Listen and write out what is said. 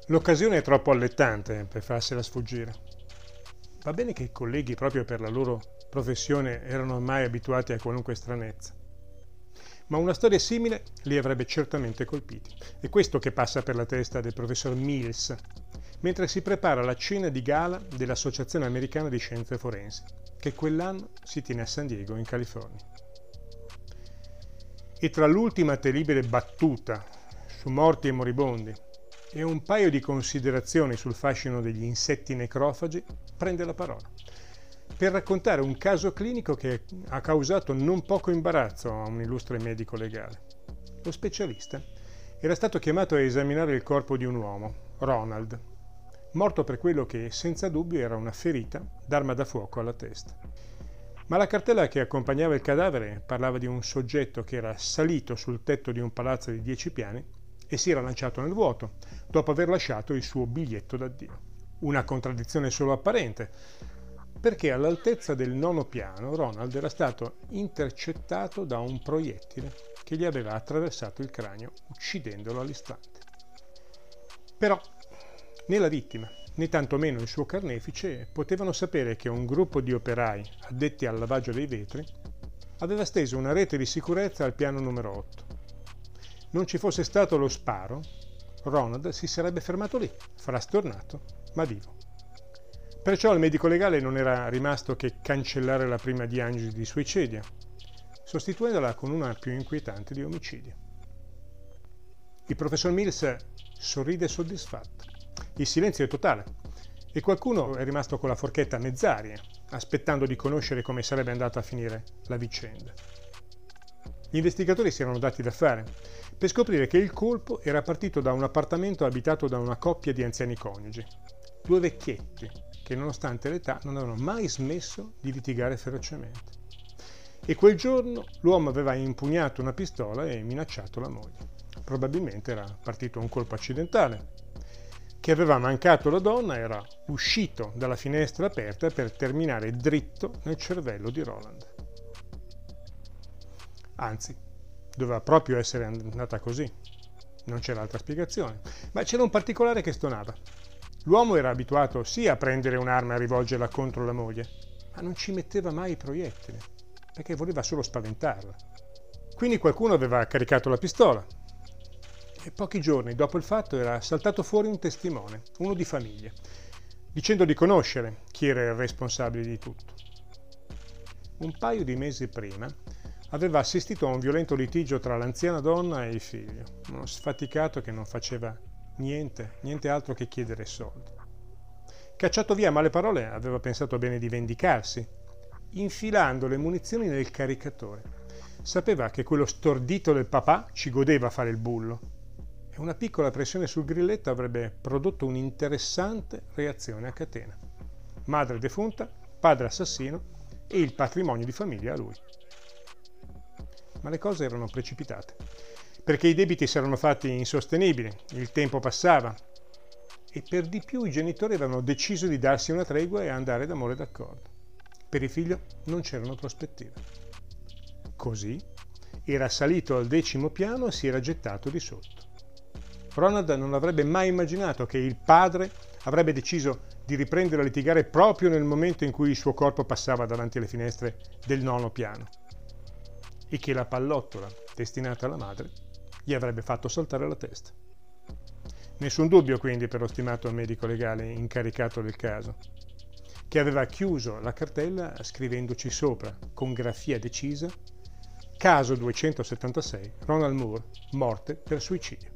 L'occasione è troppo allettante per farsela sfuggire. Va bene che i colleghi, proprio per la loro professione, erano ormai abituati a qualunque stranezza. Ma una storia simile li avrebbe certamente colpiti. È questo che passa per la testa del professor Mills, mentre si prepara la cena di gala dell'Associazione Americana di Scienze Forensi, che quell'anno si tiene a San Diego, in California. E tra l'ultima terribile battuta su morti e moribondi e un paio di considerazioni sul fascino degli insetti necrofagi, prende la parola per raccontare un caso clinico che ha causato non poco imbarazzo a un illustre medico legale. Lo specialista era stato chiamato a esaminare il corpo di un uomo, Ronald, morto per quello che senza dubbio era una ferita d'arma da fuoco alla testa. Ma la cartella che accompagnava il cadavere parlava di un soggetto che era salito sul tetto di un palazzo di 10 piani e si era lanciato nel vuoto dopo aver lasciato il suo biglietto d'addio. Una contraddizione solo apparente, perché all'altezza del 9° piano Ronald era stato intercettato da un proiettile che gli aveva attraversato il cranio, uccidendolo all'istante. Però né la vittima né tantomeno il suo carnefice potevano sapere che un gruppo di operai addetti al lavaggio dei vetri aveva steso una rete di sicurezza al piano numero 8. Non ci fosse stato lo sparo, Ronald si sarebbe fermato lì, frastornato, ma vivo. Perciò al medico legale non era rimasto che cancellare la prima diagnosi di suicidio, sostituendola con una più inquietante di omicidio. Il professor Mills sorride soddisfatto. Il silenzio è totale e qualcuno è rimasto con la forchetta a mezz'aria, aspettando di conoscere come sarebbe andata a finire la vicenda. Gli investigatori si erano dati da fare per scoprire che il colpo era partito da un appartamento abitato da una coppia di anziani coniugi, due vecchietti che nonostante l'età non avevano mai smesso di litigare ferocemente. E quel giorno l'uomo aveva impugnato una pistola e minacciato la moglie. Probabilmente era partito un colpo accidentale. Che aveva mancato la donna era uscito dalla finestra aperta per terminare dritto nel cervello di Roland. Anzi, doveva proprio essere andata così. Non c'era altra spiegazione. Ma c'era un particolare che stonava. L'uomo era abituato sì a prendere un'arma e a rivolgerla contro la moglie, ma non ci metteva mai i proiettili, perché voleva solo spaventarla. Quindi qualcuno aveva caricato la pistola. E pochi giorni dopo il fatto era saltato fuori un testimone, uno di famiglia, dicendo di conoscere chi era il responsabile di tutto. Un paio di mesi prima aveva assistito a un violento litigio tra l'anziana donna e il figlio, uno sfaticato che non faceva niente altro che chiedere soldi. Cacciato via a male parole, aveva pensato bene di vendicarsi, infilando le munizioni nel caricatore. Sapeva che quello stordito del papà ci godeva a fare il bullo e una piccola pressione sul grilletto avrebbe prodotto un'interessante reazione a catena. Madre defunta, padre assassino e il patrimonio di famiglia a lui. Ma le cose erano precipitate, perché i debiti si erano fatti insostenibili, il tempo passava e per di più i genitori avevano deciso di darsi una tregua e andare d'amore d'accordo. Per il figlio non c'erano prospettive. Così era salito al 10° piano e si era gettato di sotto. Ronald non avrebbe mai immaginato che il padre avrebbe deciso di riprendere a litigare proprio nel momento in cui il suo corpo passava davanti alle finestre del 9° piano e che la pallottola destinata alla madre gli avrebbe fatto saltare la testa. Nessun dubbio quindi per lo stimato medico legale incaricato del caso, che aveva chiuso la cartella scrivendoci sopra, con grafia decisa, caso 276, Ronald Moore, morte per suicidio.